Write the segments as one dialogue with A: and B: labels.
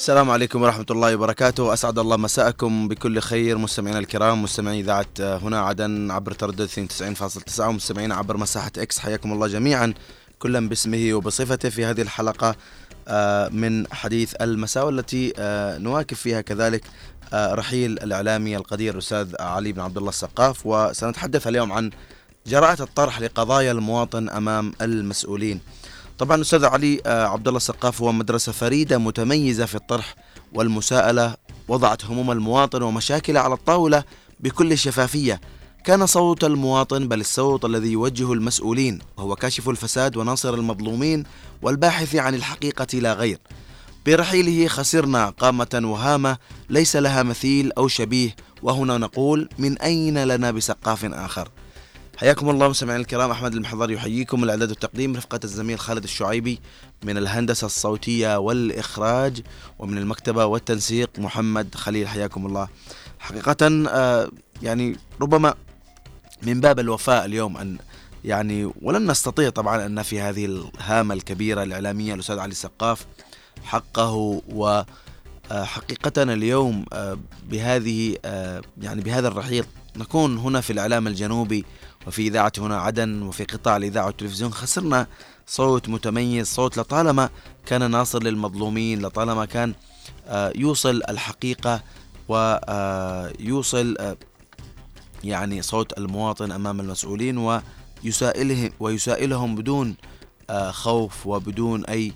A: السلام عليكم ورحمة الله وبركاته. أسعد الله مساءكم بكل خير مستمعينا الكرام، مستمعي إذاعة هنا عدن عبر تردد 92.9 ومستمعين عبر مساحة إكس. حياكم الله جميعا كلا باسمه وبصفته في هذه الحلقة من حديث المساء، والتي نواكب فيها كذلك رحيل الإعلامي القدير الأستاذ علي بن عبد الله السقاف. وسنتحدث اليوم عن جراءة الطرح لقضايا المواطن أمام المسؤولين. طبعا أستاذ علي عبد الله السقاف هو مدرسة فريدة متميزة في الطرح والمساءلة، وضعت هموم المواطن ومشاكله على الطاولة بكل شفافية. كان صوت المواطن بل الصوت الذي يوجه المسؤولين، وهو كاشف الفساد وناصر المظلومين والباحث عن الحقيقة لا غير. برحيله خسرنا قامة وهامة ليس لها مثيل أو شبيه، وهنا نقول من أين لنا بسقاف آخر. حياكم الله مستمعينا الكرام. أحمد المحضر يحييكم، الإعداد والتقديم رفقة الزميل خالد الشعيبي، من الهندسة الصوتية والإخراج ومن المكتبة والتنسيق محمد خليل. حياكم الله. حقيقة يعني ربما من باب الوفاء اليوم أن يعني ولن نستطيع طبعا أن في هذه الهامة الكبيرة الإعلامية الأستاذ علي السقاف حقه. وحقيقة اليوم بهذه يعني بهذا الرحيل نكون هنا في الإعلام الجنوبي وفي إذاعة هنا عدن وفي قطاع الإذاعة والتلفزيون خسرنا صوت متميز، صوت لطالما كان ناصر للمظلومين، لطالما كان يوصل الحقيقة ويوصل يعني صوت المواطن أمام المسؤولين ويسائلهم بدون خوف وبدون أي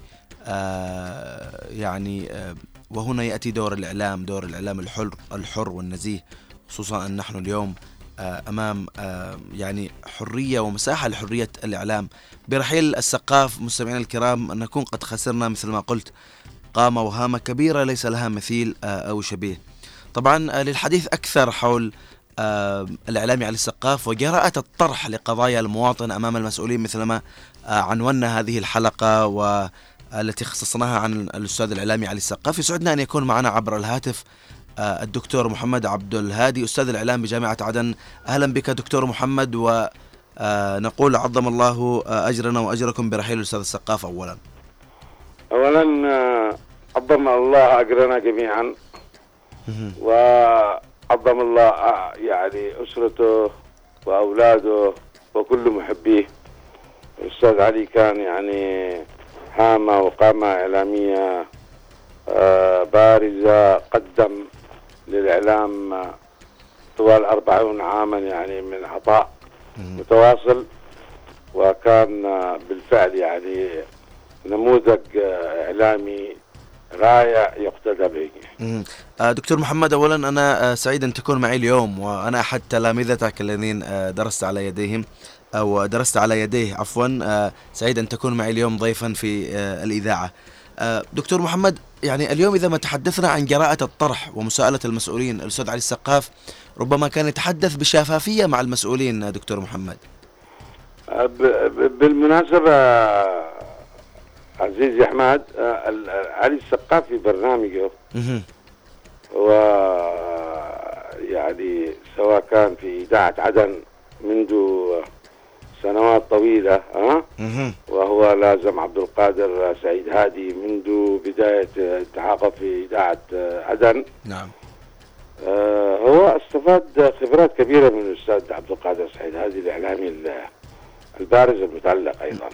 A: يعني وهنا يأتي دور الإعلام الحر والنزيه، خصوصا أن نحن اليوم أمام يعني حرية ومساحة لحرية الإعلام. برحيل السقاف مستمعينا الكرام نكون قد خسرنا مثل ما قلت قامة وهامة كبيرة ليس لها مثيل أو شبيه. طبعا للحديث أكثر حول الإعلامي علي السقاف وجراءة الطرح لقضايا المواطن أمام المسؤولين مثل ما عنونا هذه الحلقة والتي خصصناها عن الأستاذ الإعلامي علي السقاف، يسعدنا أن يكون معنا عبر الهاتف الدكتور محمد عبد الهادي أستاذ الإعلام بجامعة عدن. أهلا بك دكتور محمد، ونقول عظم الله أجرنا وأجركم برحيل الأستاذ السقاف. أولا
B: عظم الله أجرنا جميعا، وعظم الله يعني أسرته وأولاده وكل محبيه. الأستاذ علي كان يعني هامة وقامة إعلامية بارزة، قدم للإعلام طوال 40 عاما يعني من عطاء متواصل، وكان بالفعل يعني نموذج إعلامي رائع يقتدى به.
A: دكتور محمد، أولا أنا سعيد أن تكون معي اليوم، وأنا أحد تلامذتك الذين درست على يديه عفوا. سعيد أن تكون معي اليوم ضيفا في الإذاعة. دكتور محمد، يعني اليوم إذا ما تحدثنا عن جراءة الطرح ومساءلة المسؤولين، الأستاذ علي السقاف ربما كان يتحدث بشفافية مع المسؤولين. دكتور محمد،
B: بالمناسبة عزيزي أحمد، علي السقاف في برنامجه ويعني سواء كان في إذاعة عدن منذ سنوات طويلة وهو لازم عبد القادر سعيد هادي منذ بداية التحاقه في إذاعة عدن.
A: نعم.
B: هو استفاد خبرات كبيرة من الأستاذ عبد القادر سعيد هادي الإعلامي البارز المتألق أيضا.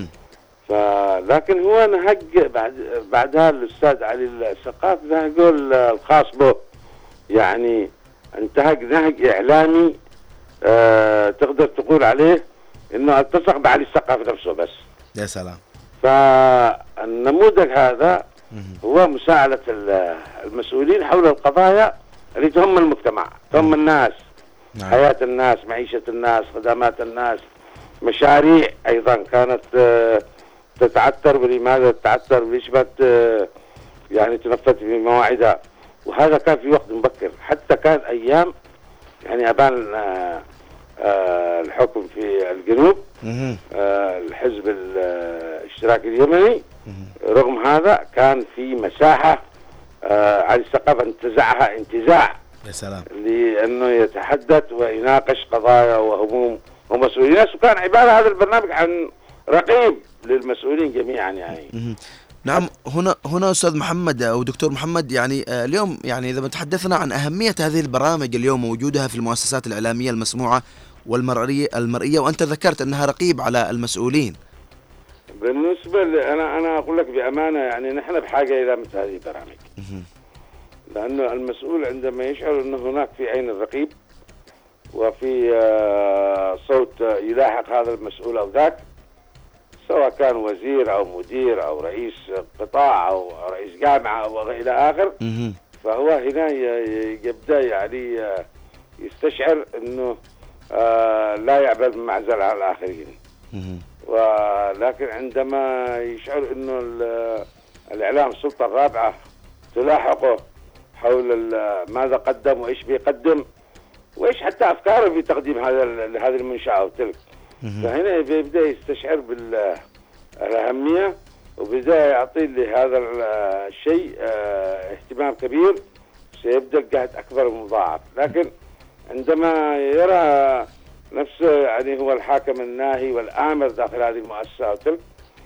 B: لكن هو نهج بعدها الأستاذ علي السقاف نهجه الخاص به، يعني انتهج نهج إعلامي تقدر تقول عليه انه التصق بعلي السقاف نفسه بس.
A: يا سلام.
B: فالنموذج هذا هو مساعدة المسؤولين حول القضايا اللي تهم المجتمع، تهم الناس، حياة الناس، معيشة الناس، خدمات الناس، مشاريع ايضا كانت تتعثر، ولماذا تتعثر، ليش ما يعني تنفذ في مواعيدها. وهذا كان في وقت مبكر، حتى كان ايام يعني ابان الحكم في الجنوب الحزب الاشتراكي اليمني، رغم هذا كان في مساحة علي السقاف انتزعها انتزاع.
A: يا سلام.
B: لأنه يتحدث ويناقش قضايا وهموم ومسؤولين، وكان عبارة هذا البرنامج عن رقيب للمسؤولين جميعا يعني.
A: نعم. هنا أستاذ محمد أو دكتور محمد، يعني اليوم يعني إذا تحدثنا عن أهمية هذه البرامج اليوم ووجودها في المؤسسات الإعلامية المسموعة والمرئية، وأنت ذكرت أنها رقيب على المسؤولين.
B: بالنسبة أنا أقول لك بأمانة، يعني نحن بحاجة إلى مثل هذه البرامج، لأنه المسؤول عندما يشعر أنه هناك في عين الرقيب وفي صوت يلاحق هذا المسؤول أو ذاك، سواء كان وزير أو مدير أو رئيس قطاع أو رئيس جامعة أو إلى آخر، فهو هنا يبدأ يعني يستشعر أنه لا يعبر بمعزل على الآخرين. ولكن عندما يشعر أنه الإعلام السلطة الرابعة تلاحقه حول ماذا قدم وإيش بيقدم وإيش حتى أفكاره في تقديم هذه المنشأة أو تلك، فهنا يبدأ يستشعر بالأهمية وبدأ يعطي لهذا الشيء اهتمام كبير، سيبدأ الجهد أكبر مضاعف. لكن عندما يرى نفسه يعني هو الحاكم الناهي والآمر داخل هذه المؤسسة أو تلك،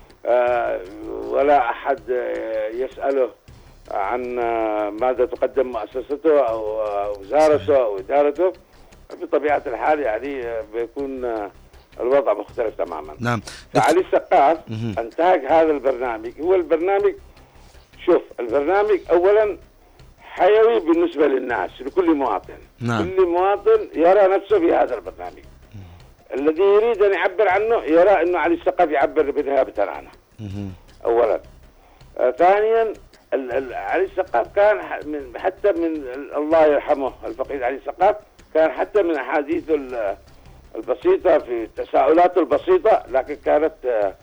B: ولا أحد يسأله عن ماذا تقدم مؤسسته أو وزارته أو إدارته، بطبيعة الحال يعني بيكون الوضع مختلف تماما.
A: نعم.
B: علي السقاف انتهج هذا البرنامج. هو البرنامج، شوف البرنامج أولا حيوي بالنسبة للناس، لكل مواطن.
A: نعم.
B: كل مواطن يرى نفسه في هذا البرنامج. الذي يريد أن يعبر عنه يرى أنه علي السقاف يعبر بنيابة عنه أولا. ثانيا علي السقاف كان حتى من الله يرحمه الفقيد علي السقاف، كان حتى من أحاديثه البسيطة في تساؤلاته البسيطة، لكن كانت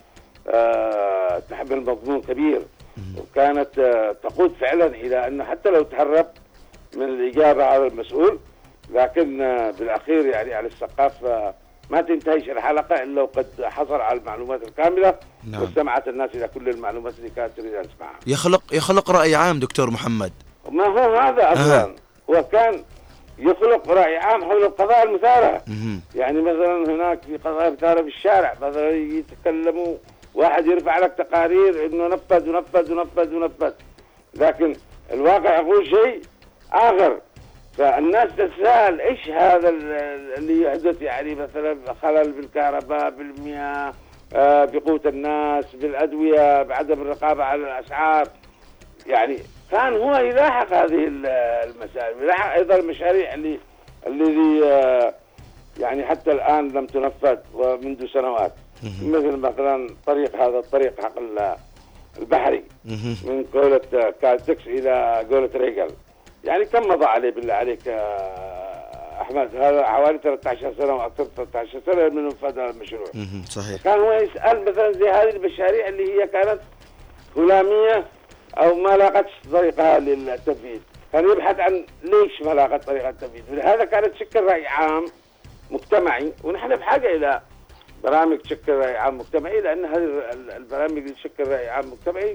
B: تحمل مضمون كبير، وكانت تقود فعلا إلى أنه حتى لو تهرب من الإجابة على المسؤول، لكن بالأخير يعني علي السقاف ما تنتهيش الحلقة إلا وقد حصل على المعلومات الكاملة. نعم. واستمعت الناس إلى كل المعلومات اللي كانت تريد أن تسمعها.
A: يخلق رأي عام دكتور محمد.
B: ما هو هذا أصلا. وكان يخلق رأي عام حول القضايا المثارة. يعني مثلا هناك في قضايا مثارة في الشارع، مثلا يتكلموا واحد يرفع لك تقارير إنه نفذ ونفذ ونفذ ونفذ، لكن الواقع يقول شيء آخر. فالناس تتساءل إيش هذا اللي يحدث، يعني مثلا خلل بالكهرباء، بالمياه، بقوت الناس، بالأدوية، بعدم الرقابة على الأسعار. يعني كان هو يلاحق هذه المسائل، يلاحق أيضا المشاريع اللي يعني حتى الآن لم تنفذ ومنذ سنوات، مثلا الطريق حق البحري من قولة كالتكس إلى قولة ريجل. يعني كم مضى عليه بالله عليك أحمد؟ هذا حوالي 13 سنة وأكثر 13 سنة من نفذ هذا المشروع.
A: صحيح.
B: كان هو يسأل مثلا زي هذه المشاريع اللي هي كانت هلامية أو ما لاقتش طريقها للتنفيذ، كان يبحث عن ليش ما لاقت طريقة التنفيذ. ولهذا كانت تشكل رأي عام مجتمعي، ونحن بحاجة إلى برامج تشكل رأي عام مجتمعي، لأن هذه البرامج اللي تشكل رأي عام مجتمعي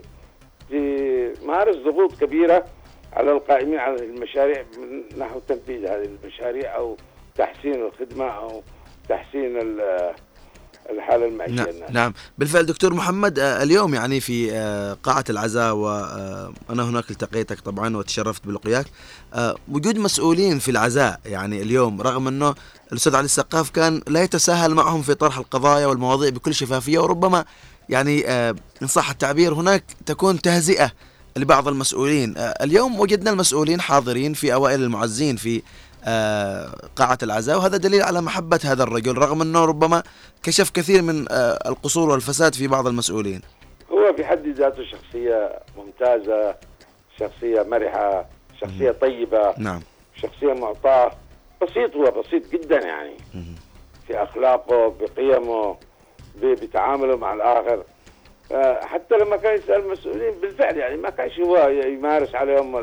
B: تمارس ضغوط كبيرة على القائمين على المشاريع من نحو تنفيذ هذه المشاريع أو تحسين الخدمة أو تحسين الحالة المعيشية.
A: نعم. نعم بالفعل دكتور محمد. اليوم يعني في قاعة العزاء، وأنا هناك التقيتك طبعا وتشرفت بلقياك، وجود مسؤولين في العزاء يعني اليوم، رغم أنه الأستاذ علي السقاف كان لا يتساهل معهم في طرح القضايا والمواضيع بكل شفافية، وربما يعني إن صح التعبير هناك تكون تهزئة لبعض المسؤولين. اليوم وجدنا المسؤولين حاضرين في أوائل المعزين في قاعة العزاء، وهذا دليل على محبة هذا الرجل، رغم أنه ربما كشف كثير من القصور والفساد في بعض المسؤولين.
B: هو في حد ذاته شخصية ممتازة، شخصية مرحة، شخصية طيبة.
A: نعم.
B: شخصية معطاة، بسيط، هو بسيط جدا يعني في أخلاقه، بقيمه، بتعامله مع الآخر. حتى لما كان يسأل المسؤولين بالفعل يعني ما كانش هو يمارس عليهم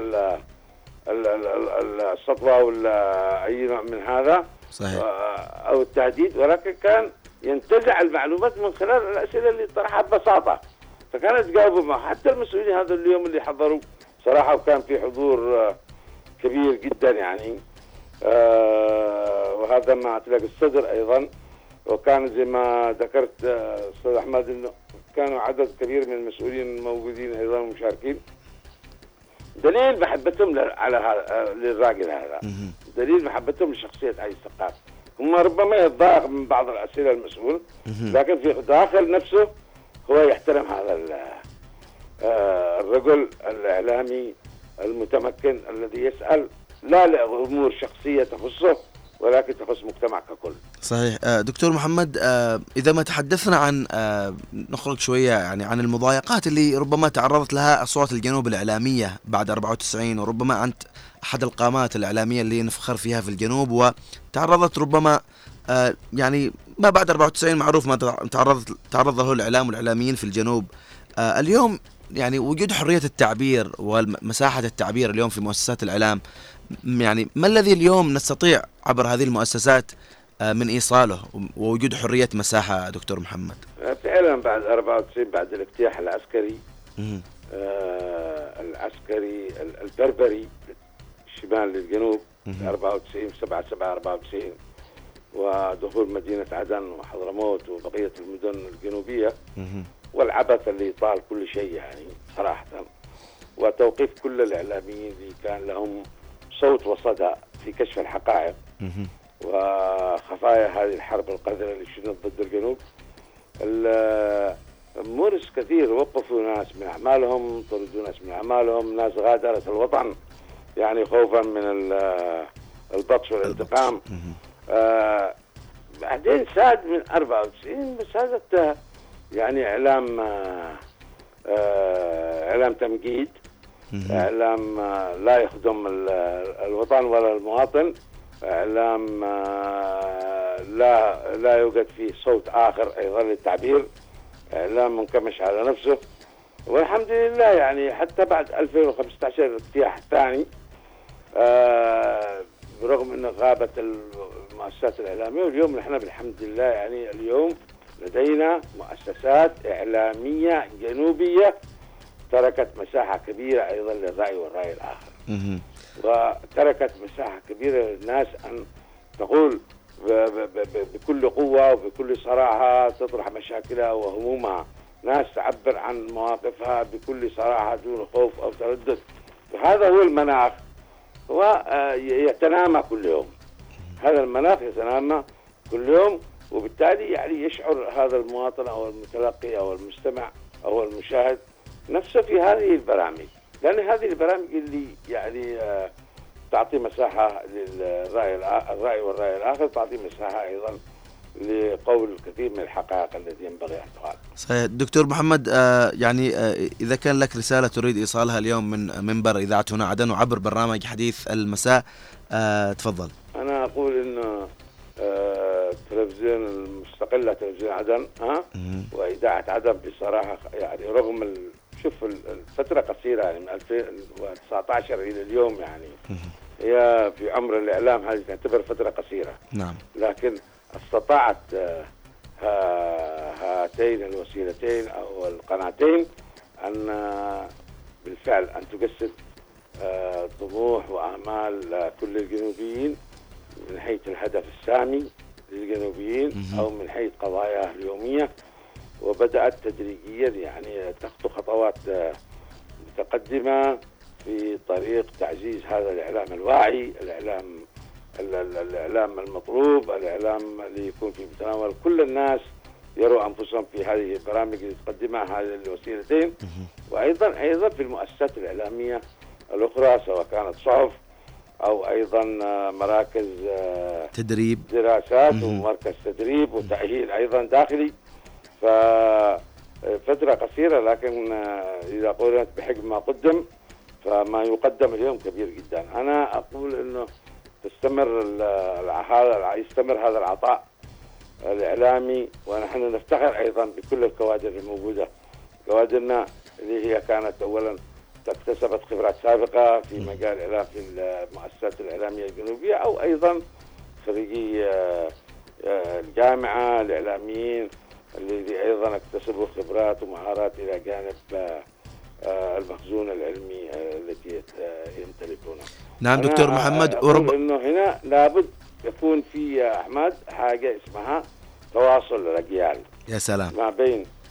B: السطوة ولا أي نوع من هذا.
A: صحيح.
B: أو التهديد، ولكن كان ينتزع المعلومات من خلال الأسئلة اللي طرحها ببساطة، فكانت تجاوبوا معه. حتى المسؤولين هذا اليوم اللي حضروا صراحة، وكان في حضور كبير جدا يعني، وهذا ما تلاقي الصدر أيضا. وكان زي ما ذكرت أستاذ أحمد إنه كانوا عدد كبير من المسؤولين الموجودين أيضا مشاركين. دليل محبتهم على للراجل هذا، دليل محبتهم لشخصية علي السقاف. هم ربما يتضايق من بعض الأسئلة المسؤول، لكن في داخل نفسه هو يحترم هذا الرجل الإعلامي المتمكن الذي يسأل لا لأمور شخصية تخصه ولكن تخص مجتمع ككل.
A: صحيح. دكتور محمد، إذا ما تحدثنا عن نخرج شوية يعني عن المضايقات اللي ربما تعرضت لها أصوات الجنوب الإعلامية بعد 94، وربما أنت أحد القامات الإعلامية اللي نفخر فيها في الجنوب، وتعرضت ربما يعني ما بعد 94 معروف ما تعرض له الإعلام والإعلاميين في الجنوب. اليوم يعني وجود حرية التعبير ومساحة التعبير اليوم في مؤسسات الإعلام، يعني ما الذي اليوم نستطيع عبر هذه المؤسسات من إيصاله ووجود حرية مساحة دكتور محمد؟
B: فعلا بعد 94 بعد الاجتياح العسكري العسكري البربري شمال للجنوب 94 7/7/94 ودخول مدينة عدن وحضرموت وبقية المدن الجنوبية والعبث اللي طال كل شيء يعني صراحة، وتوقيف كل الإعلاميين اللي كان لهم صوت وصدى في كشف الحقائق وخفايا هذه الحرب القذرة اللي شنت ضد الجنوب. مورس كثير وقفوا ناس من أعمالهم، طردوا ناس من أعمالهم، ناس غادرت الوطن يعني خوفا من البطش والانتقام. بعدين ساد من 94 سادت يعني إعلام تمجيد، إعلام لا يخدم الوطن ولا المواطن، إعلام لا يوجد فيه صوت آخر أيضا للتعبير، إعلام منكمش على نفسه. والحمد لله يعني حتى بعد 2015 الاجتياح الثاني برغم أن غابت المؤسسات الإعلامية، واليوم نحن بالحمد لله يعني اليوم لدينا مؤسسات إعلامية جنوبية تركت مساحة كبيرة أيضا للرأي والرأي الآخر، وتركت مساحة كبيرة للناس أن تقول بكل قوة وبكل صراحة، تطرح مشاكلها وهمومها، ناس تعبر عن مواقفها بكل صراحة دون خوف أو تردد. وهذا هو المناخ، ويتنامى كل يوم، هذا المناخ يتنامى كل يوم، وبالتالي يعني يشعر هذا المواطن أو المتلقي أو المستمع أو المشاهد نفسه في هذه البرامج، لأن هذه البرامج اللي يعني تعطي مساحة للرأي والرأي الآخر، تعطي مساحة أيضا لقول الكثير من الحقائق التي ينبغي أن تقال.
A: صحيح. دكتور محمد، يعني إذا كان لك رسالة تريد إيصالها اليوم من منبر إذاعة هنا عدن وعبر برنامج حديث المساء، تفضل.
B: أنا أقول إنه التلفزيون المستقلة تلفزيون عدن وإذاعة عدن بصراحة يعني رغم شوف الفترة قصيرة يعني من 2019 إلى اليوم يعني هي في عمر الإعلام هذه تعتبر فترة قصيرة.
A: نعم.
B: لكن استطاعت هاتين الوسيلتين أو القناتين أن بالفعل أن تجسد طموح وآمال كل الجنوبيين من حيث الهدف السامي للجنوبيين أو من حيث قضاياه اليومية، وبدأت تدريجيا يعني تخطو خطوات متقدمة في طريق تعزيز هذا الإعلام الواعي، الإعلام المطلوب، الإعلام اللي يكون في متناول كل الناس، يروا أنفسهم في هذه البرامج اللي تقدمها هذه الوسيلتين، وأيضا في المؤسسات الإعلامية الأخرى سواء كانت صحف أو أيضا مراكز
A: تدريب
B: دراسات ومركز تدريب وتأهيل أيضا داخلي. ففترة قصيرة لكن إذا قلت بحجم ما قدم فما يقدم اليوم كبير جدا. أنا أقول إنه يستمر هذا العطاء الإعلامي، ونحن نفتخر أيضا بكل الكوادر الموجودة، كوادرنا اللي هي كانت أولا اكتسبت خبرات سابقة في مجال الإعلام في المؤسسات الإعلامية الجنوبية، أو أيضا خريجي الجامعة الإعلاميين الذي أيضا اكتسبوا خبرات ومهارات إلى جانب المخزون العلمي التي يمتلكونه.
A: نعم دكتور محمد،
B: أقول إنه هنا لابد يكون في أحمد حاجة اسمها تواصل رجال.
A: يا سلام.
B: ما بين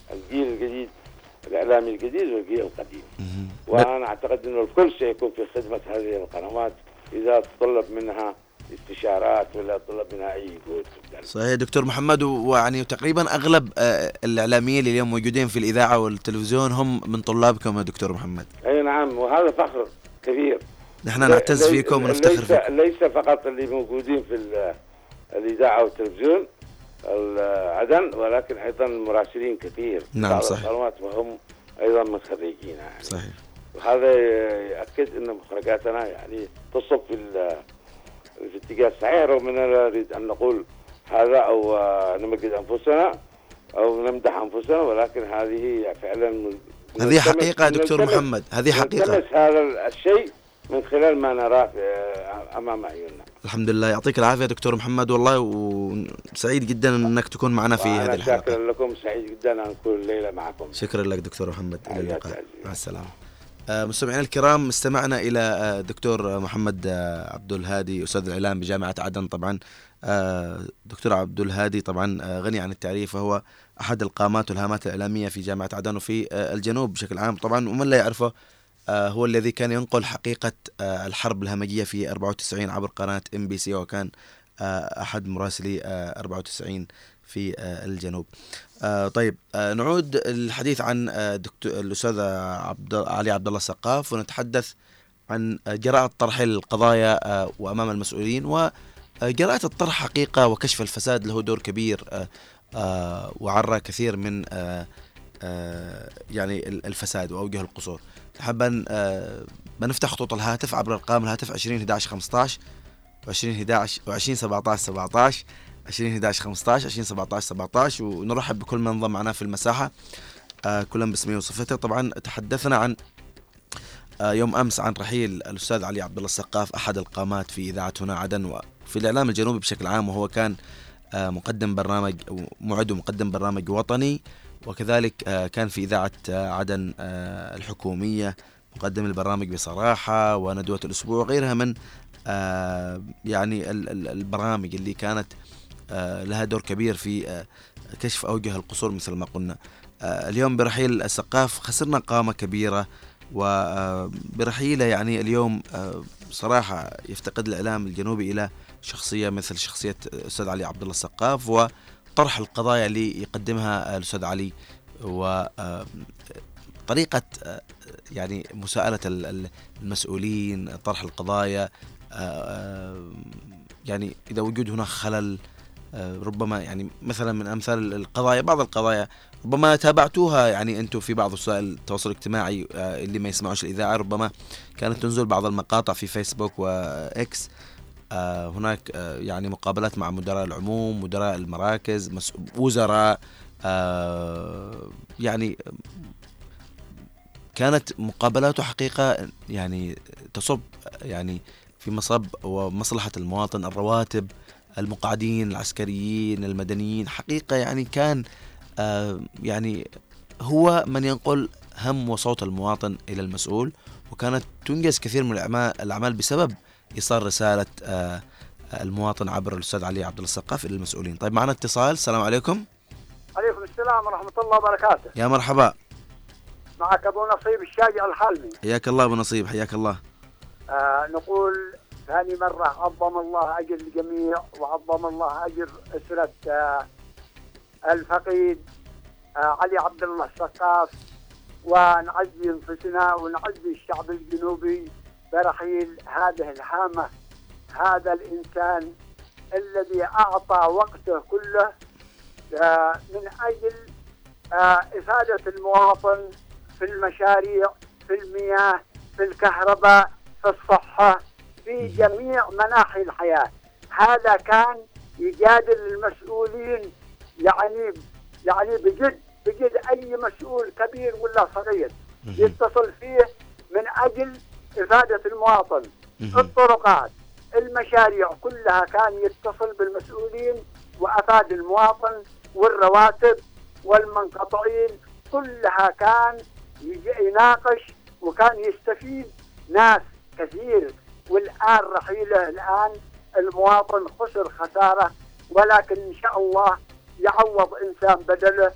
B: الجيل الجديد، الإعلامي الجديد والجيل القديم. وأنا أعتقد أنه الكل سيكون في خدمة هذه القنوات إذا تطلب منها استشارات ولا تطلب منها أي جهود.
A: صحيح دكتور محمد، ويعني تقريبا أغلب الإعلاميين اللي اليوم موجودين في الإذاعة والتلفزيون هم من طلابكم يا دكتور محمد.
B: أي نعم، وهذا فخر كبير.
A: نحن نعتز فيكم ونفتخر فيكم.
B: ليس فقط اللي موجودين في الإذاعة والتلفزيون عدن، ولكن أيضا مراسلين كثير.
A: نعم صحيح.
B: القنوات وهم أيضا من خريجين يعني.
A: صحيح.
B: وهذا يؤكد أن مخرجاتنا يعني تصب في اتجاه الصحيح، رغم أننا نريد أن نقول هذا أو نمجد أنفسنا أو نمدح أنفسنا، ولكن هذه فعلا
A: هذه حقيقة يا دكتور محمد، هذه حقيقة.
B: نلتمس هذا الشيء من خلال ما نراه أمام عيوننا.
A: الحمد لله، يعطيك العافية دكتور محمد، والله وسعيد جدا أنك تكون معنا في هذه الحلقة.
B: شكرا لكم، سعيد جدا أن أكون الليلة معكم.
A: شكرا لك دكتور محمد، إلى اللقاء، مع السلامة. مستمعينا الكرام، استمعنا إلى دكتور محمد عبد الهادي أستاذ الإعلام بجامعة عدن. طبعا دكتور عبد الهادي طبعا غني عن التعريف، وهو أحد القامات والهامات الإعلامية في جامعة عدن وفي الجنوب بشكل عام طبعا. ومن لا يعرفه هو الذي كان ينقل حقيقة الحرب الهمجية في 94 عبر قناة MBC، وكان أحد مراسلي 94 في الجنوب. طيب نعود الحديث عن الأستاذ علي عبد الله السقاف، ونتحدث عن جراءة طرح القضايا وأمام المسؤولين، وجراءة الطرح حقيقة وكشف الفساد له دور كبير، وعرى كثير من يعني الفساد وأوجه القصور. حابا بنفتح خطوط الهاتف عبر أرقام الهاتف 20 11 15 و20 11 و20 17 17 20 11 15 20 17 17، ونرحب بكل من انضم معنا في المساحة كلهم باسمه وصفته. طبعا تحدثنا عن يوم أمس عن رحيل الأستاذ علي عبد الله السقاف، أحد القامات في إذاعة هنا عدن وفي الإعلام الجنوبي بشكل عام، وهو كان مقدم برنامج معد ومقدم برنامج وطني، وكذلك كان في إذاعة عدن الحكومية مقدم البرامج بصراحة وندوة الأسبوع وغيرها من يعني البرامج اللي كانت لها دور كبير في كشف أوجه القصور مثل ما قلنا. اليوم برحيل السقاف خسرنا قامة كبيرة، وبرحيله يعني اليوم صراحة يفتقد الإعلام الجنوبي إلى شخصية مثل شخصية الأستاذ علي عبد الله السقاف، وطرح القضايا اللي يقدمها الأستاذ علي، وطريقة يعني مساءلة المسؤولين، طرح القضايا. يعني إذا وجود هناك خلل ربما يعني مثلا من أمثال القضايا، بعض القضايا ربما تابعتوها يعني أنتم في بعض وسائل التواصل الاجتماعي، اللي ما يسمعوش الإذاعة ربما كانت تنزل بعض المقاطع في فيسبوك وإكس. هناك يعني مقابلات مع مدراء العموم، مدراء المراكز، وزراء، يعني كانت مقابلاته حقيقة يعني تصب يعني في مصب ومصلحة المواطن، الرواتب، المقعدين، العسكريين، المدنيين. حقيقة يعني كان يعني هو من ينقل هم وصوت المواطن إلى المسؤول، وكانت تنجز كثير من الأعمال بسبب إيصال رسالة المواطن عبر الأستاذ علي عبد الله السقاف إلى المسؤولين. طيب معنا اتصال. السلام عليكم.
C: عليكم السلام ورحمة الله وبركاته.
A: يا مرحبا،
C: معك أبو نصيب الشاجع الحالمي.
A: حياك الله أبو نصيب، حياك الله.
C: نقول ثاني مرة عظم الله أجر الجميع، وعظم الله أجر أسرة الفقيد علي عبد الله السقاف، ونعزي أنفسنا ونعزي الشعب الجنوبي برحيل هذه الهامة، هذا الإنسان الذي أعطى وقته كله من أجل إفادة المواطن في المشاريع، في المياه، في الكهرباء، في الصحة، في جميع مناحي الحياة. هذا كان يجادل المسؤولين، يعني بجد أي مسؤول كبير ولا صغير يتصل فيه من أجل إفادة المواطن. الطرقات، المشاريع كلها كان يتصل بالمسؤولين وأفاد المواطن، والرواتب والمنقطعين كلها كان يناقش، وكان يستفيد ناس كثير. والآن رحيله الآن المواطن خسر خسارة، ولكن إن شاء الله يعوض إنسان بدله،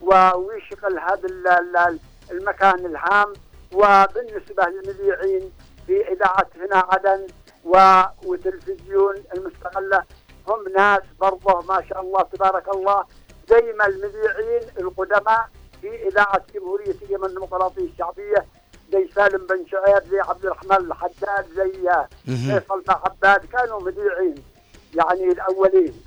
C: ويشغل هذا المكان الهام. وبالنسبة للمذيعين في إذاعة هنا عدن وتلفزيون المستقلة هم ناس برضه ما شاء الله تبارك الله زي ما المذيعين القدماء في إذاعة جمهورية اليمن الديمقراطية الشعبية زي سالم بن شعيب، زي عبد الرحمن الحداد، زي فيصل بن عباد، كانوا مذيعين يعني الأولين.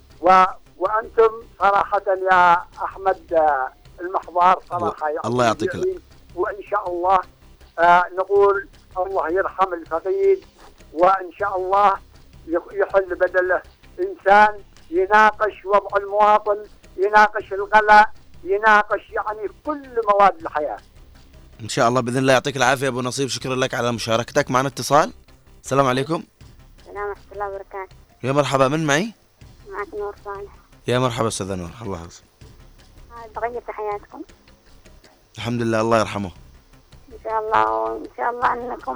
C: وأنتم صراحة يا أحمد المحضار صراحة يعني
A: الله يعطيك العافية.
C: وإن شاء الله نقول الله يرحم الفقيد، وإن شاء الله يحل بدله إنسان يناقش وضع المواطن، يناقش الغلاء، يناقش يعني كل مواد الحياة
A: إن شاء الله بإذن الله. يعطيك العافية أبو نصيب، شكرا لك على مشاركتك معنا. اتصال. السلام عليكم.
D: السلام ورحمة الله وبركاته.
A: يا مرحبا، من معي؟
D: معك نور صالح.
A: يا مرحبا أستاذ نور، الله يحفظك.
D: تغير في حياتكم
A: الحمد لله، الله يرحمه
D: إن شاء الله، وإن شاء الله أنكم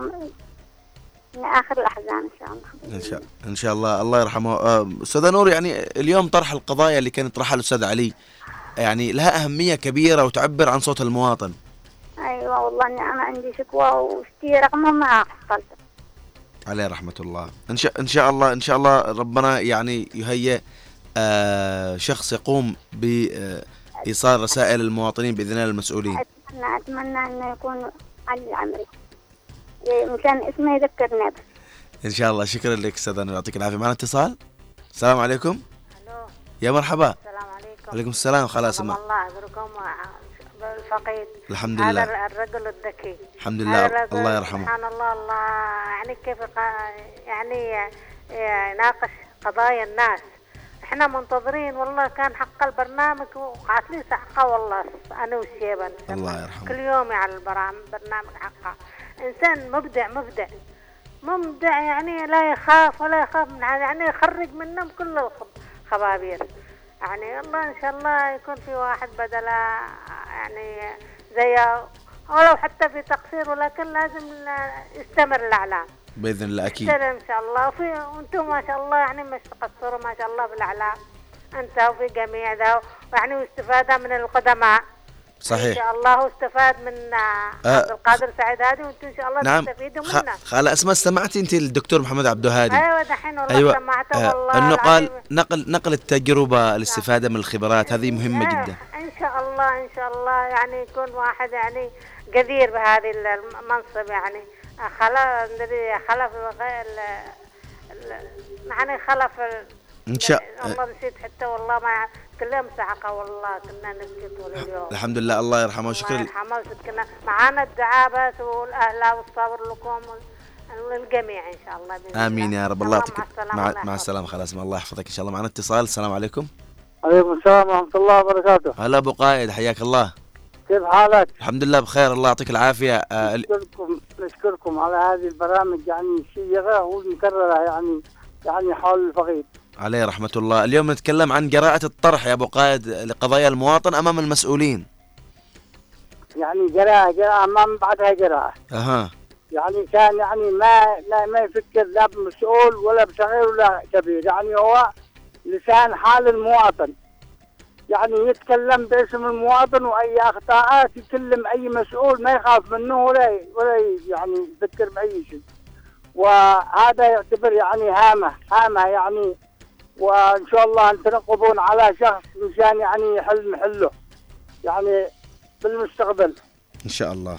D: من آخر الأحزان إن شاء الله.
A: إن شاء الله، الله يرحمه. أستاذ نور، يعني اليوم طرح القضايا اللي كانت طرحها الأستاذ علي يعني لها أهمية كبيرة وتعبر عن صوت المواطن.
D: أيوة والله إني أنا عندي شكوى واشتي رقمه ما حصلت.
A: عليه رحمة الله. إن شاء الله، إن شاء الله ربنا يعني يهيئ شخص يقوم بإيصال رسائل المواطنين بإذن الله المسؤولين.
D: أتمنى أنه يكون علي العمري مشان اسمه يذكرنا بس.
A: إن شاء الله. شكرا لك أستاذ نور، يعطيك العافية. معنا اتصال. السلام عليكم.
D: ألو.
A: يا مرحبا.
D: السلام عليكم.
A: وعليكم السلام. خلاص
D: الله أجركم بالفقيد.
A: الحمد لله.
D: هذا الرجل الذكي.
A: الحمد لله، الله يرحمه.
D: سبحان الله. الله يعني كيف يعني يناقش قضايا الناس. احنا منتظرين والله، كان حق البرنامج وقعت لي سحقه والله انا والشيبان
A: الله يرحمه
D: كل يوم على البرنامج حقه. انسان مبدع يعني لا يخاف ولا يخاف من يعني يخرج منهم كل الخبابير. يعني الله ان شاء الله يكون في واحد بدل يعني زيه ولو حتى في تقصير، ولكن لازم يستمر الاعلام
A: باذن الله. اكيد
D: ان شاء الله. وانتم ما شاء الله يعني مش تقصروا ما شاء الله بالاعلام انت وفي جميع ذا، ويعني واستفاده من القدماء.
A: صحيح
D: ان شاء الله واستفاد من عبد القادر سعيد هادي، وانتم ان شاء الله
A: نعم.
D: تستفيدوا منه.
A: خالة اسماء، سمعتي انت الدكتور محمد عبد الهادي؟
D: ايوه دحين والله
A: أيوة.
D: سمعته والله
A: انه قال نقل التجربه، الاستفاده من الخبرات، هذه مهمه جدا.
D: ان شاء الله ان شاء الله يعني يكون واحد يعني قدير بهذه المنصب. يعني خلف يعني خلف
A: ان شاء
D: الله. نسيت حتى والله ما كلهم سعقه والله، كنا نبكي طول اليوم.
A: الحمد لله، الله يرحمه وشكرا.
D: الله يرحمه. كنا معانا الدعاء بس، والاهل والصبر لكم للجميع ان شاء الله بإذن
A: امين
D: الله.
A: يا رب. الله يعطيك
D: مع
A: السلامه. خلاص الله يحفظك ان شاء الله. معنا اتصال. السلام عليكم.
C: عليكم السلام ورحمة الله وبركاته.
A: هلا ابو قائد، حياك الله.
C: كيف حالك؟
A: الحمد لله بخير، الله يعطيك العافيه.
C: نشكركم على هذه البرامج يعني شيقة والمكررة يعني حول الفقيد.
A: عليه رحمة الله. اليوم نتكلم عن جراءة الطرح يا أبو قائد لقضايا المواطن أمام المسؤولين.
C: يعني جراءة أمام بعدها جراءة. يعني كان يعني ما يفكر لا بمسؤول ولا بصغير ولا كبير، يعني هو لسان حال المواطن، يعني يتكلم باسم المواطن، وأي أخطاءات يكلم أي مسؤول ما يخاف منه ولا يعني يفكر بأي شيء. وهذا يعتبر يعني هامة يعني، وإن شاء الله أن تنقبون على شخص مشان يعني يحل محله يعني بالمستقبل
A: إن شاء الله.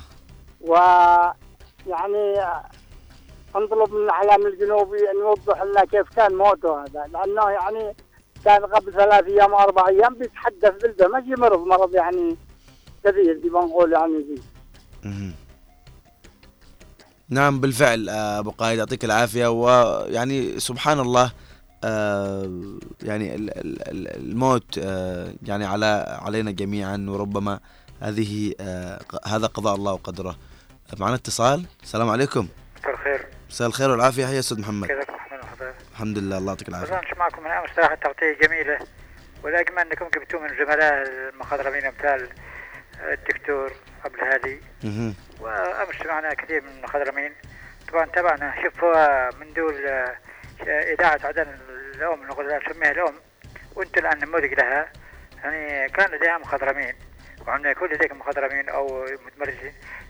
C: ويعني نطلب من الإعلام الجنوبي أن يوضح لنا كيف كان موته هذا، لأنه يعني كان قبل 3 أيام و 4 أيام بيتحدث بالدمج، مرض يعني كبير دي بنقول يعني فيه.
A: نعم بالفعل أبو قائد، يعطيك العافية. ويعني سبحان الله يعني الموت يعني علينا جميعا، وربما هذا قضاء الله وقدره. معنا اتصال. السلام عليكم.
E: مساء الخير.
A: مساء الخير والعافية. يا أستاذ محمد.
E: كيفك محمد وحضرتك؟
A: الحمد لله، الله يعطيك العافية.
E: أظن معكم من أمس صراحة تغطية جميلة، والأجمل أنكم جبتوا من الزملاء المخضرمين مثل الدكتور عبد الهادي، وأمس معنا كثير من المخضرمين. طبعا تابعنا، شوفوا من دول إذاعة عدن الأم، نقول نسميها الأم، وأنت الآن نموذج لها. يعني كان لديها مخضرمين، وعندما يكون لديك مخضرمين أو متمرسين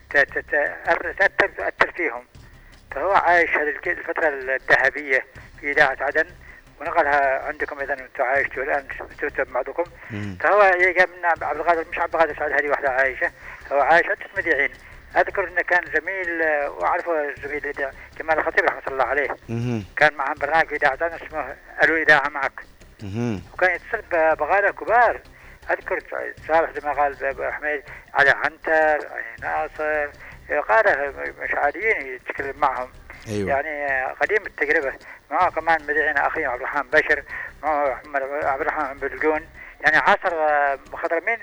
E: تأثر فيهم. فهو عايش هذه الفترة الذهبية في إذاعة عدن، ونقلها عندكم إذا أنتم عايشتوا الآن تكتب بعضكم. فهو يجي من عبد القادر، مش عبد القادر سعد، هذه واحدة عايشة، هو عايش عدة مذيعين. أذكر أنه كان زميل، وأعرفه زميل جمال الخطيب رحمة الله عليه، كان معهم برنامج في إذاعة عدن اسمه ألو إذاعة معك، وكان يتصل بغالة كبار. أذكر صالح زي ما قال حميد، علي عنتر، علي ناصر، قادة مش عاديين يتكلم معهم.
A: أيوة.
E: يعني قديم التجربة. معه كمان مذيعين أخي عبد الرحمن بشر، معه عبد الرحمن بدلقون، يعني عاصر مخضرمين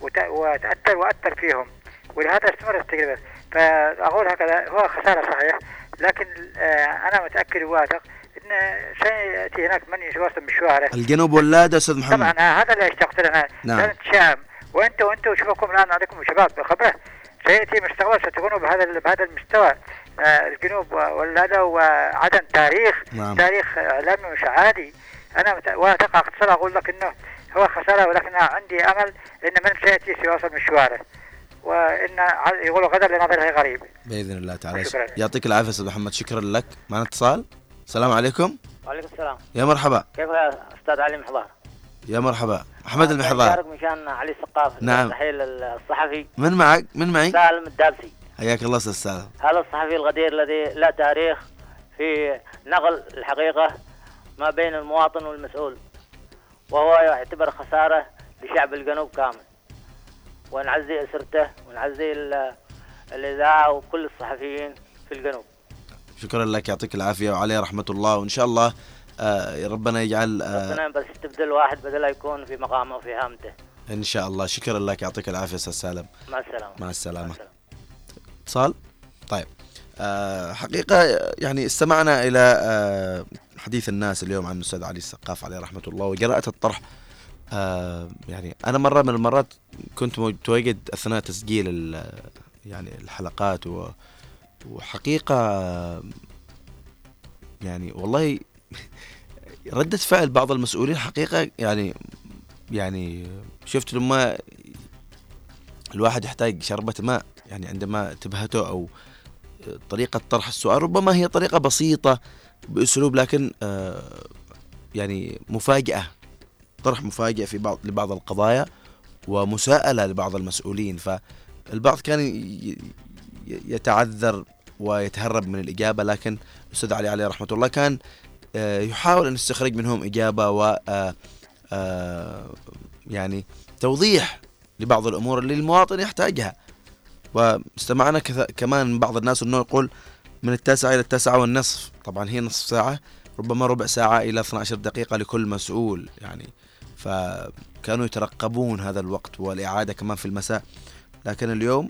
E: وأثر فيهم، ولهذا استمرت التجربة. فأقول هكذا، هو خسارة صحيح، لكن أنا متأكد وواثق إن سيأتي هناك من يواصل مشواره.
A: الجنوب ولاده أستاذ محمد.
E: طبعا هذا اللي اشتقت لنا.
A: نعم.
E: شام، وأنتوا شوفكم الآن عليكم شباب بخبرة، سيأتي مستقبل ستكونوا بهذا المستوى. الجنوب ولاده وعدن تاريخ.
A: نعم.
E: تاريخ إعلامي مش عادي. أنا وأتقع اختصار أقول لك إنه هو خسارة، ولكن عندي أمل إن من سيأتي سيواصل مشواره، وإن يقولوا غدر لنظره غريب
A: بإذن الله تعالى. يعطيك العافية أستاذ محمد، شكرا لك. معنا اتصال. السلام عليكم.
F: وعليكم السلام.
A: يا مرحبا.
F: كيف يا أستاذ علي المحضار؟
A: يا مرحبا. أحمد المحضار.
F: أشارك مشان علي السقاف.
A: نعم.
F: الرحيل الصحفي.
A: من معك؟ من معي؟
F: سالم الدالسي.
A: حياك الله أستاذ سالم.
F: هذا الصحفي الغدير الذي له تاريخ في نقل الحقيقة ما بين المواطن والمسؤول، وهو يعتبر خسارة لشعب الجنوب كامل، ونعزي أسرته ونعزي الإذاعة وكل الصحفيين في الجنوب.
A: شكرا لك، يعطيك العافية وعليه رحمة الله، وإن شاء الله ربنا يجعل
F: ربنا بس تبدل واحد بدل يكون في مقامه وفي هامته
A: إن شاء الله. شكرا لك، يعطيك العافية أستاذ سالم.
F: مع السلامة.
A: مع السلامة. اتصال. طيب حقيقة يعني استمعنا إلى حديث الناس اليوم عن الأستاذ علي السقاف عليه رحمة الله وجراءة الطرح. يعني أنا مرة من المرات كنت متواجد أثناء تسجيل يعني الحلقات، وحقيقة يعني والله ردة فعل بعض المسؤولين حقيقة يعني شفت لما الواحد يحتاج شربة ماء، يعني عندما تبهته، أو طريقة طرح السؤال ربما هي طريقة بسيطة بأسلوب، لكن يعني مفاجأة، طرح مفاجئ في لبعض القضايا، ومساءلة لبعض المسؤولين. فالبعض كان يتعذر ويتهرب من الإجابة، لكن الأستاذ علي عليه رحمة الله كان يحاول أن يستخرج منهم إجابة و يعني توضيح لبعض الأمور اللي المواطن يحتاجها. واستمعنا كمان من بعض الناس أنه يقول من 9 إلى 9:30، طبعا هي نصف ساعة، ربما ربع ساعة إلى 12 دقيقة لكل مسؤول يعني، فكانوا يترقبون هذا الوقت والإعادة كمان في المساء. لكن اليوم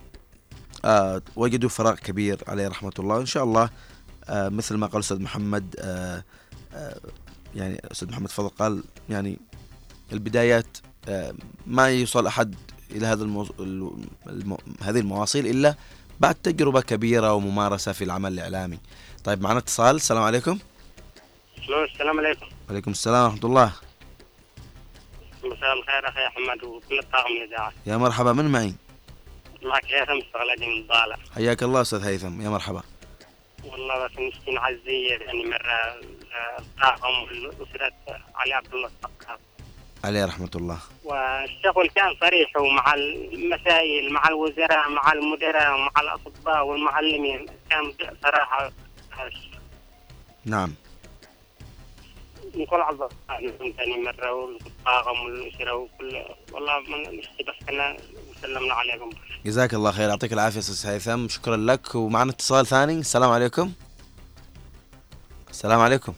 A: وجدوا فراغ كبير عليه رحمة الله. إن شاء الله مثل ما قال أستاذ محمد، يعني أستاذ محمد فضل قال يعني البدايات ما يوصل أحد إلى هذه المواصيل إلا بعد تجربة كبيرة وممارسة في العمل الإعلامي. طيب معنا اتصال. السلام عليكم.
G: السلام عليكم.
A: وعليكم السلام ورحمة الله.
G: مساء الخير أخي أحمد وكل الطاقم الإذاعة.
A: يا مرحبا، من معي؟
G: معك هيثم الصغلاني من ضالع.
A: حياك الله أستاذ هيثم، يا مرحبا.
G: والله بس نشتي نعزي يعني مرة الطاقم والأسرة علي عبد الله السقاف
A: عليه رحمة الله.
G: والشغل كان صريح، ومع المسائل مع الوزراء مع المدراء ومع الأطباء والمعلمين كان صراحة.
A: نعم.
G: نقول عبد الله ثاني مرة والطاقم والأسرة وكل، والله من نشتي بس كنا وسلمنا عليكم.
A: جزاك الله خير، يعطيك العافية أستاذ هيثم، شكرا لك. ومعنا اتصال ثاني. السلام عليكم. السلام عليكم.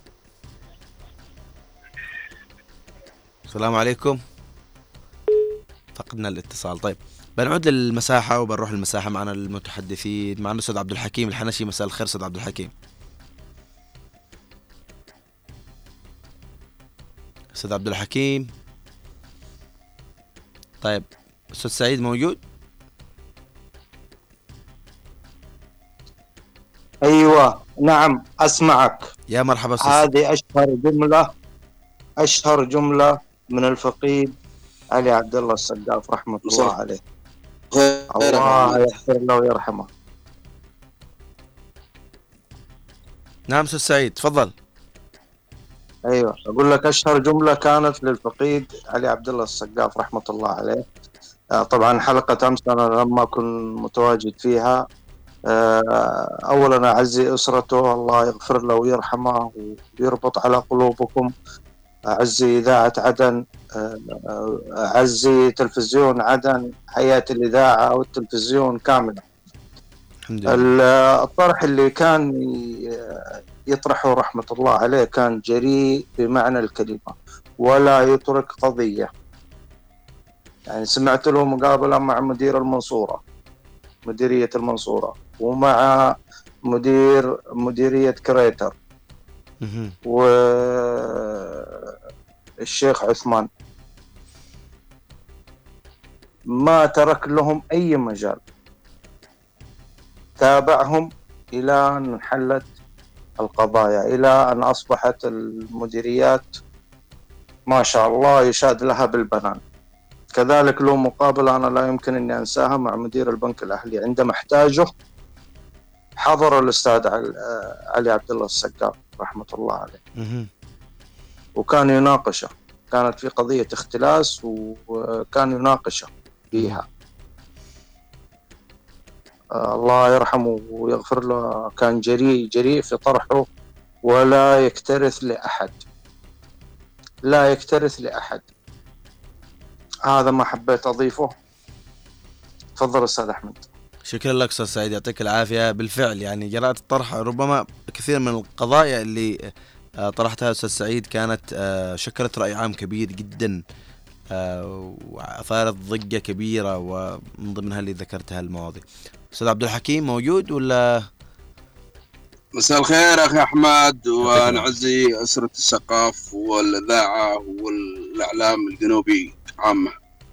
A: السلام عليكم. فقدنا الاتصال. طيب بنعود للمساحة وبنروح للمساحة. معنا المتحدثين، معنا الأستاذ عبد الحكيم الحنشي. مساء الخير أستاذ عبد الحكيم. أستاذ عبد الحكيم. طيب أستاذ سعيد موجود؟
H: أيوة نعم أسمعك.
A: يا مرحبا أستاذ.
H: هذه أشهر جملة من الفقيد علي عبد الله السقاف رحمة الله عليه.
I: خير
H: الله يغفر له ويرحمه.
A: نعم أستاذ سعيد تفضل.
H: ايوه اقول لك اشهر جمله كانت للفقيد علي عبد الله السقاف رحمه الله عليه. طبعا حلقه امس انا لما كنت متواجد فيها، اولا اعزي اسرته، الله يغفر له ويرحمه ويربط على قلوبكم. اعزي اذاعه عدن، اعزي تلفزيون عدن، حياه الاذاعه والتلفزيون كامله.
A: الحمد لله.
H: الطرح اللي كان يطرحه رحمة الله عليه كان جريء بمعنى الكلمة، ولا يترك قضية. يعني سمعت له مقابلة مع مدير المنصورة، مديرية المنصورة، ومع مديرية كريتر والشيخ عثمان، ما ترك لهم أي مجال، تابعهم إلى أن انحلت القضايا، إلى أن أصبحت المديريات ما شاء الله يشاد لها بالبنان. كذلك له مقابلة أنا لا يمكن أني أنساها مع مدير البنك الأهلي عندما احتاجه، حضر الأستاذ علي عبد الله السقاف رحمة الله عليه وكان يناقشه. كانت في قضية اختلاس وكان يناقشه فيها. الله يرحمه ويغفر له، كان جريء في طرحه، ولا يكترث لأحد، لا يكترث لأحد. هذا ما حبيت أضيفه. تفضل أستاذ أحمد.
A: شكرا لك أستاذ سعيد، يعطيك العافية. بالفعل يعني قراءة الطرح، ربما كثير من القضايا اللي طرحتها أستاذ سعيد كانت شكلت رأي عام كبير جدا، وأثارت ضجة كبيرة، ومن ضمنها اللي ذكرتها المواضيع. أستاذ عبد الحكيم موجود ولا؟
I: مساء الخير أخي أحمد، ونعزي أسرة السقاف والإذاعة والإعلام الجنوبي عامة.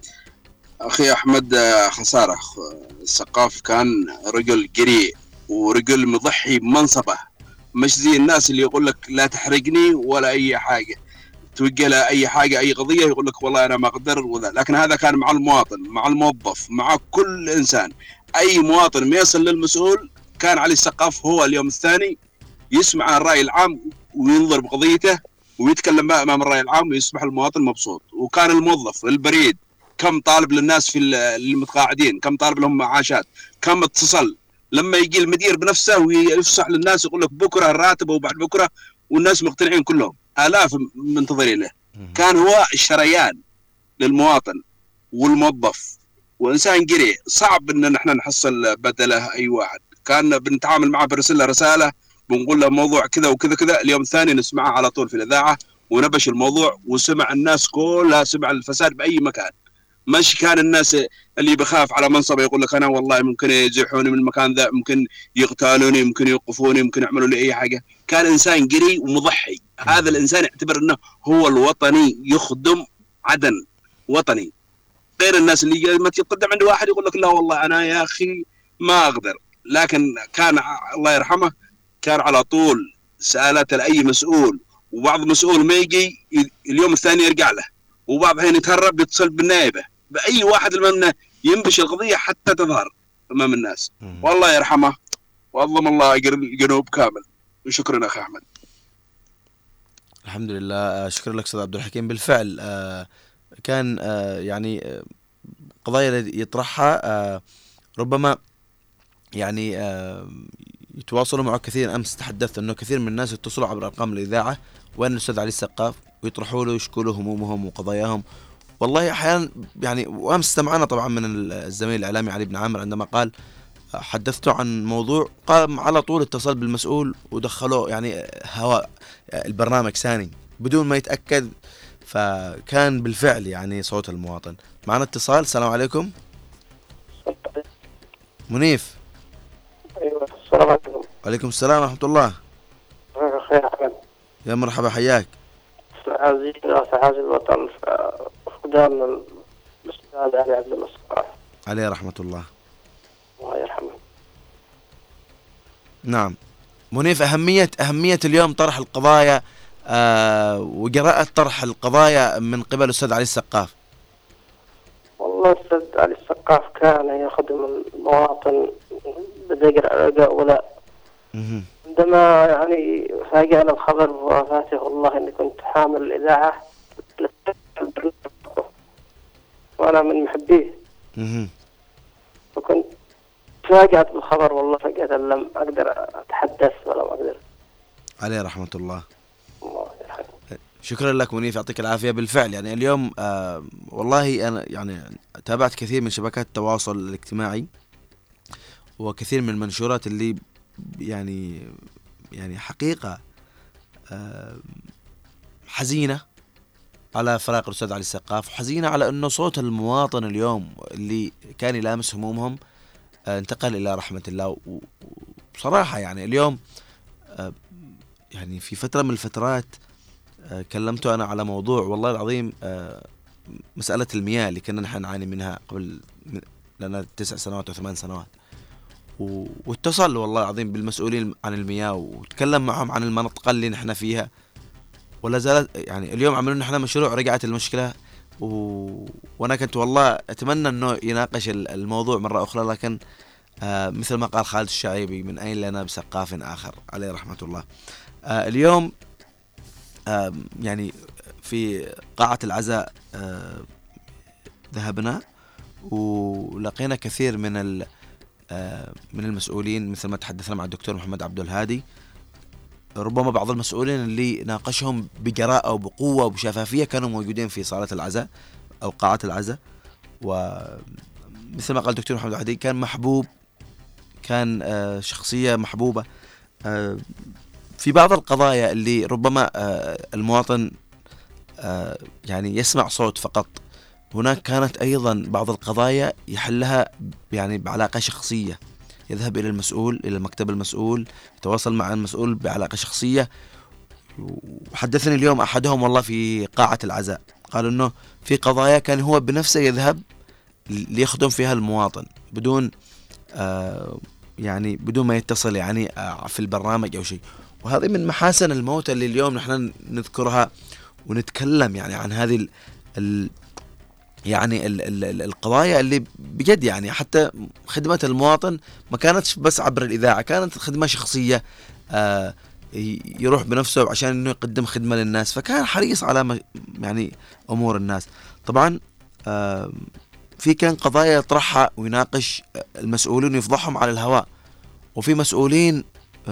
I: أخي أحمد، خسارة. السقاف كان رجل جريء ورجل مضحي بمنصبه، مش زي الناس اللي يقول لك لا تحرقني ولا أي حاجة، توجه له أي حاجة أي قضية يقول لك والله أنا ما أقدر وذا. لكن هذا كان مع المواطن، مع الموظف، مع كل إنسان. أي مواطن ما يصل للمسؤول كان علي السقاف هو اليوم الثاني يسمع الرأي العام وينظر بقضيته ويتكلم أمام الرأي العام ويصبح المواطن مبسوط. وكان الموظف البريد كم طالب للناس في المتقاعدين، كم طالب لهم معاشات، كم اتصل لما يجي المدير بنفسه ويفصح للناس يقول لك بكرة الراتب وبعد بكرة، والناس مقتنعين كلهم، آلاف منتظرين له. كان هو الشريان للمواطن والموظف، وإنسان جريء صعب إن نحن نحصل بدله أي واحد. كان بنتعامل معه برسل له رسالة بنقول له موضوع كذا وكذا كذا، اليوم الثاني نسمعه على طول في الإذاعة ونبش الموضوع، وسمع الناس كلها، سمع الفساد بأي مكان. مش كان الناس اللي بخاف على منصبه يقول لك أنا والله ممكن يزحوني من المكان ذا، ممكن يقتالوني، ممكن يوقفوني، ممكن يعملوا لي أي حاجة. كان إنسان جريء ومضحي. هذا الإنسان يعتبر أنه هو الوطني، يخدم عدن، وطني. غير الناس اللي ما تقدم عند واحد يقول لك لا والله أنا يا أخي ما أقدر. لكن كان الله يرحمه كان على طول سألات لأي مسؤول، وبعض مسؤول ما يجي اليوم الثاني يرجع له، وبعض حين يتهرب يتصل بالنائبة بأي واحد منه ينبش القضية حتى تظهر أمام الناس. والله يرحمه وأظلم الله الجنوب كامل. وشكرا أخي أحمد.
A: الحمد لله. شكرا لك أستاذ عبد الحكيم. بالفعل كان يعني قضايا اللي يطرحها ربما يعني يتواصلوا معه كثير. أمس تحدثت أنه كثير من الناس يتصلوا عبر أرقام الإذاعة وين الأستاذ علي السقاف ويطرحوا له يشكوا له همومهم وقضاياهم. والله أحيانا يعني، وأمس استمعنا طبعا من الزميل الإعلامي علي بن عامر عندما قال حدثته عن موضوع، قال على طول اتصل بالمسؤول ودخلوه يعني هواء البرنامج ثاني بدون ما يتأكد. فكان بالفعل يعني صوت المواطن. معنا اتصال. السلام عليكم. منيف.
J: ايوه السلام عليكم.
A: وعليكم السلام ورحمة الله.
J: خير أحمد.
A: يا مرحبا، حياك.
J: عزيز الوطن فقدان الأستاذ علي عبد الله السقاف
A: عليه رحمة الله.
J: الله يرحمه.
A: نعم منيف، أهمية اليوم طرح القضايا وقراءة طرح القضايا من قبل الأستاذ علي السقاف.
J: والله أستاذ علي السقاف كان يخدم المواطن بدقر أولى. عندما يعني فاجأنا الخبر بوفاته والله إني كنت حامل الإذاعة وأنا من محبيه. وكنت فاجأت بالخبر والله فجأة لم أقدر أتحدث ولم أقدر.
A: عليه رحمة الله. شكرا لك منيف، يعطيك العافية. بالفعل يعني اليوم والله أنا يعني تابعت كثير من شبكات التواصل الاجتماعي وكثير من المنشورات اللي يعني حقيقة حزينة على فراق الأستاذ علي السقاف، وحزينة على أنه صوت المواطن اليوم اللي كان يلامس همومهم انتقل إلى رحمة الله. وبصراحة يعني اليوم يعني في فترة من الفترات كلمته أنا على موضوع والله العظيم مسألة المياه اللي كنا نحن نعاني منها قبل لنا 9 سنوات أو 8 سنوات، واتصل والله العظيم بالمسؤولين عن المياه وتكلم معهم عن المنطقة اللي نحن فيها، ولا زالت يعني اليوم عملوا نحن مشروع رجعت المشكلة. وأنا كنت والله أتمنى أنه يناقش الموضوع مرة أخرى، لكن مثل ما قال خالد الشعيبي من أين لنا بسقاف آخر عليه رحمة الله. اليوم يعني في قاعة العزاء ذهبنا ولقينا كثير من المسؤولين مثل ما تحدثنا مع الدكتور محمد عبد الهادي. ربما بعض المسؤولين اللي ناقشهم بجراءة وبقوة وبشفافية كانوا موجودين في صالة العزاء أو قاعة العزاء، ومثل ما قال الدكتور محمد عبد الهادي كان محبوب، كان شخصية محبوبة. في بعض القضايا اللي ربما المواطن يعني يسمع صوت فقط، هناك كانت أيضا بعض القضايا يحلها يعني بعلاقة شخصية، يذهب إلى المسؤول إلى المكتب المسؤول يتواصل مع المسؤول بعلاقة شخصية. وحدثني اليوم أحدهم والله في قاعة العزاء قال إنه في قضايا كان هو بنفسه يذهب ليخدم فيها المواطن بدون يعني بدون ما يتصل يعني في البرنامج أو شيء. وهذه من محاسن الموت اللي اليوم نحن نذكرها ونتكلم يعني عن هذه يعني القضايا اللي بجد يعني حتى خدمة المواطن ما كانتش بس عبر الإذاعة، كانت خدمة شخصية، يروح بنفسه عشان إنه يقدم خدمة للناس، فكان حريص على يعني أمور الناس. طبعا في كان قضايا يطرحها ويناقش المسؤولين ويفضحهم على الهواء، وفي مسؤولين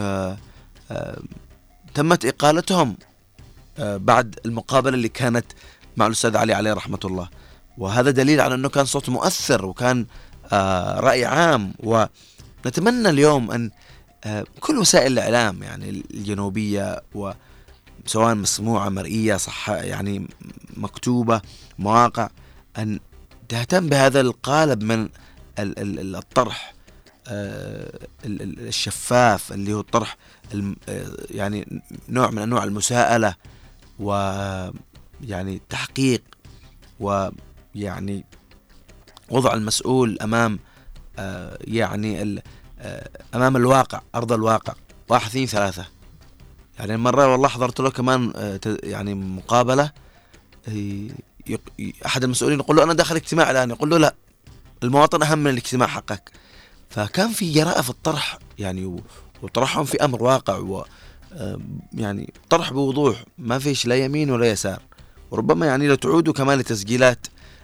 A: تمت إقالتهم بعد المقابلة اللي كانت مع الأستاذ علي عليه رحمة الله. وهذا دليل على أنه كان صوت مؤثر وكان رأي عام. ونتمنى اليوم أن كل وسائل الإعلام يعني الجنوبية وسواء مسموعة مرئية صح يعني مكتوبة مواقع أن تهتم بهذا القالب من الطرح الشفاف اللي هو الطرح يعني نوع من أنواع المساءلة ويعني تحقيق ويعني وضع المسؤول أمام يعني أمام الواقع أرض الواقع 1 2 3. يعني مرة والله حضرت له كمان يعني مقابلة أحد المسؤولين يقول له أنا داخل اجتماع الآن، يقول له لا المواطن أهم من الاجتماع حقك. فكان في جراءة في الطرح يعني وطرحهم في أمر واقع يعني طرح بوضوح ما فيش لا يمين ولا يسار. وربما يعني لو تعودوا كمان لتسجيلات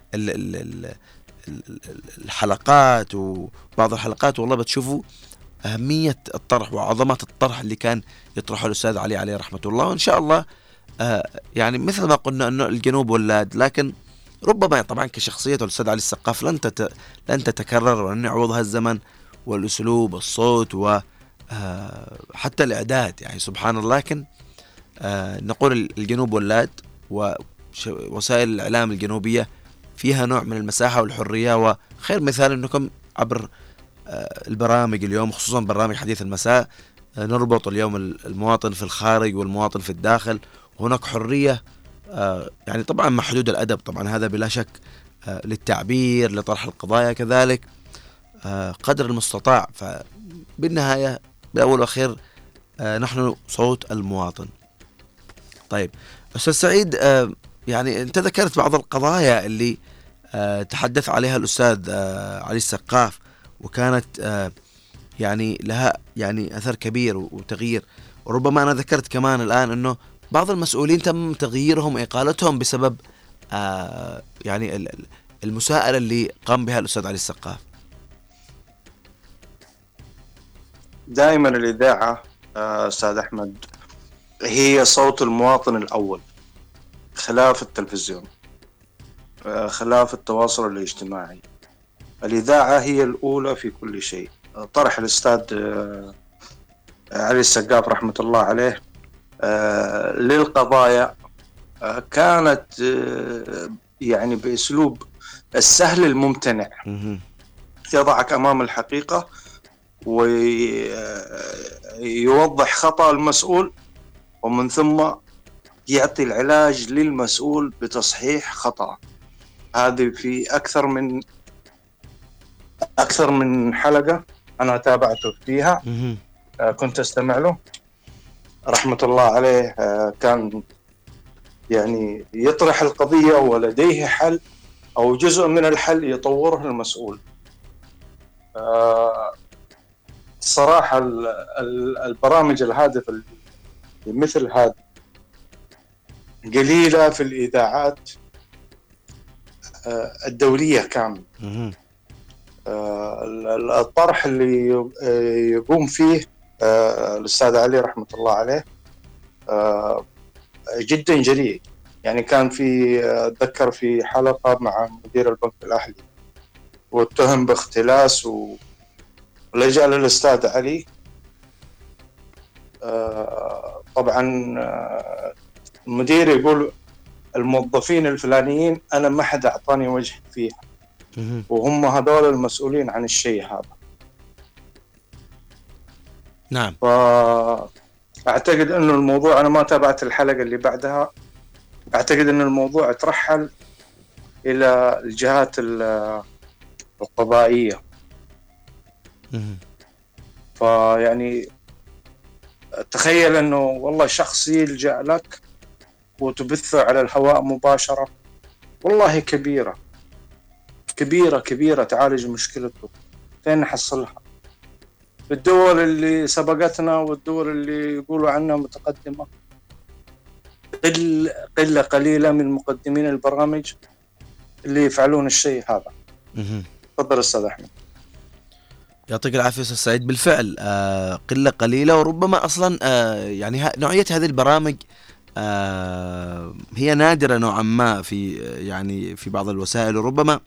A: الحلقات وبعض الحلقات والله بتشوفوا أهمية الطرح وعظمة الطرح اللي كان يطرحه الأستاذ علي عليه رحمة الله. وإن شاء الله يعني مثل ما قلنا أنه الجنوب ولاد، لكن ربما طبعا كشخصية الأستاذ علي السقاف لن تتكرر ولن يعوضها الزمن والأسلوب والصوت وحتى الإعداد يعني سبحان الله. لكن نقول الجنوب ولاد ووسائل الإعلام الجنوبية فيها نوع من المساحة والحرية، وخير مثال أنكم عبر البرامج اليوم خصوصا برامج حديث المساء نربط اليوم المواطن في الخارج والمواطن في الداخل، وهناك حرية يعني طبعا مع حدود الأدب طبعا هذا بلا شك للتعبير لطرح القضايا كذلك قدر المستطاع. فبالنهاية بالأول والأخير نحن صوت المواطن. طيب أستاذ سعيد يعني أنت ذكرت بعض القضايا اللي تحدث عليها الأستاذ علي السقاف، وكانت يعني لها يعني أثر كبير وتغيير. وربما أنا ذكرت كمان الآن أنه بعض المسؤولين تم تغييرهم وإقالتهم بسبب يعني المساءلة اللي قام بها الأستاذ علي السقاف.
H: دائما الإذاعة أستاذ أحمد هي صوت المواطن الأول، خلاف التلفزيون، خلاف التواصل الاجتماعي. الإذاعة هي الأولى في كل شيء. طرح الأستاذ علي السقاف رحمة الله عليه للقضايا كانت يعني بأسلوب السهل الممتنع، يضعك أمام الحقيقة ويوضح خطأ المسؤول، ومن ثم يعطي العلاج للمسؤول بتصحيح خطأ. هذه في أكثر من حلقة أنا تابعته فيها، كنت أستمع له رحمة الله عليه. كان يعني يطرح القضية ولديه حل أو جزء من الحل يطوره المسؤول. صراحة البرامج الهادفة مثل هذا قليلة في الإذاعات الدولية كامل. الطرح اللي يقوم فيه الأستاذ علي رحمة الله عليه جدا جريء. يعني كان في أتذكر في حلقة مع مدير البنك الأهلي واتهم باختلاس، ولجأ للأستاذ علي. طبعا المدير يقول الموظفين الفلانيين أنا ما حد أعطاني وجه فيها، وهم هذول المسؤولين عن الشيء هذا.
A: نعم.
H: فأعتقد أنه الموضوع، أنا ما تابعت الحلقة اللي بعدها، أعتقد أن الموضوع ترحل إلى الجهات القضائية. فيعني تخيل أنه والله شخص يلجأ لك وتبثه على الهواء مباشرة، والله كبيرة كبيرة كبيرة تعالج مشكلته. فين نحصلها؟ الدول اللي سبقتنا والدول اللي يقولوا عنها متقدمة قلة قليلة من مقدمين البرامج اللي يفعلون الشيء هذا. تفضل أستاذ أحمد.
A: يعطيك العافية أستاذ سعيد. بالفعل قلة قليلة، وربما أصلا يعني نوعية هذه البرامج هي نادرة نوعا ما في بعض الوسائل، وربما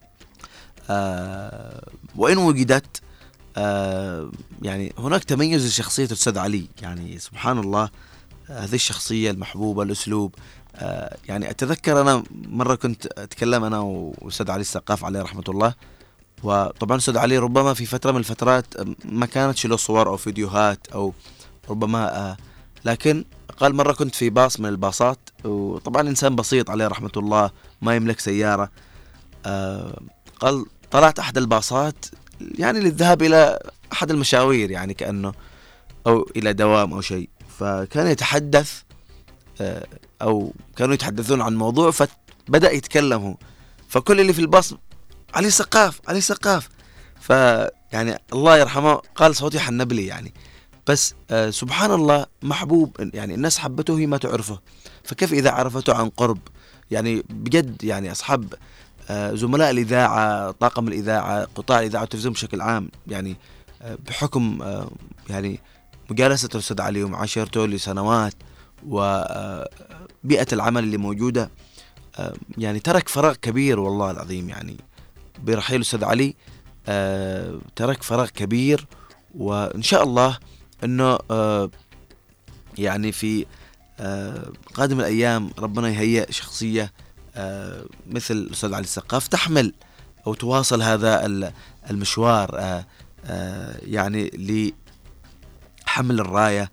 A: وإن وجدت يعني هناك تميز لشخصية الأستاذ علي. يعني سبحان الله، هذه الشخصية المحبوبة، الأسلوب. يعني أتذكر أنا مرة كنت أتكلم أنا وأستاذ علي السقاف عليه رحمة الله، وطبعا أستاذ علي ربما في فترة من الفترات ما كانت له صور أو فيديوهات أو ربما لكن قال مرة كنت في باص من الباصات، وطبعا إنسان بسيط عليه رحمة الله ما يملك سيارة. قال طلعت أحد الباصات يعني للذهاب إلى أحد المشاوير، يعني كأنه أو إلى دوام أو شيء، فكان يتحدث أو كانوا يتحدثون عن موضوع، فبدأ يتكلم هو، فكل اللي في الباص علي سقاف علي سقاف. فيعني الله يرحمه قال صوتي حنب لي يعني، بس سبحان الله محبوب، يعني الناس حبته هي ما تعرفه، فكيف إذا عرفته عن قرب؟ يعني بجد يعني أصحاب زملاء الإذاعة، طاقم الإذاعة، قطاع الإذاعة والتلفزيون بشكل عام، يعني بحكم يعني مجالسة الأستاذ علي ومعاشرته لسنوات وبيئة العمل اللي موجودة، يعني ترك فراغ كبير والله العظيم. يعني برحيل الأستاذ علي ترك فراغ كبير، وإن شاء الله أنه يعني في قادم الأيام ربنا يهيئ شخصية مثل الأستاذ علي السقاف تحمل أو تواصل هذا المشوار، يعني لحمل الراية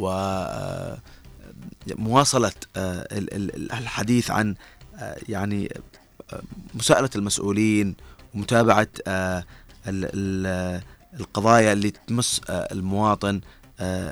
A: ومواصلة الحديث عن يعني مساءلة المسؤولين ومتابعة القضايا اللي تمس المواطن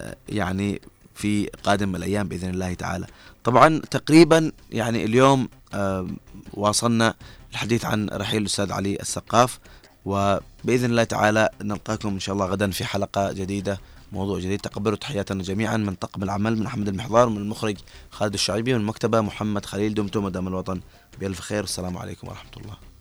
A: يعني في قادم الأيام بإذن الله تعالى. طبعا تقريبا يعني اليوم واصلنا الحديث عن رحيل الأستاذ علي السقاف، وبإذن الله تعالى نلقاكم إن شاء الله غدا في حلقة جديدة، موضوع جديد. تقبلوا تحياتنا جميعا من طاقم العمل، من أحمد المحضار، من المخرج خالد الشعيبي، من المكتبة محمد خليل. دمتم ودام الوطن بألف خير، والسلام عليكم ورحمة الله.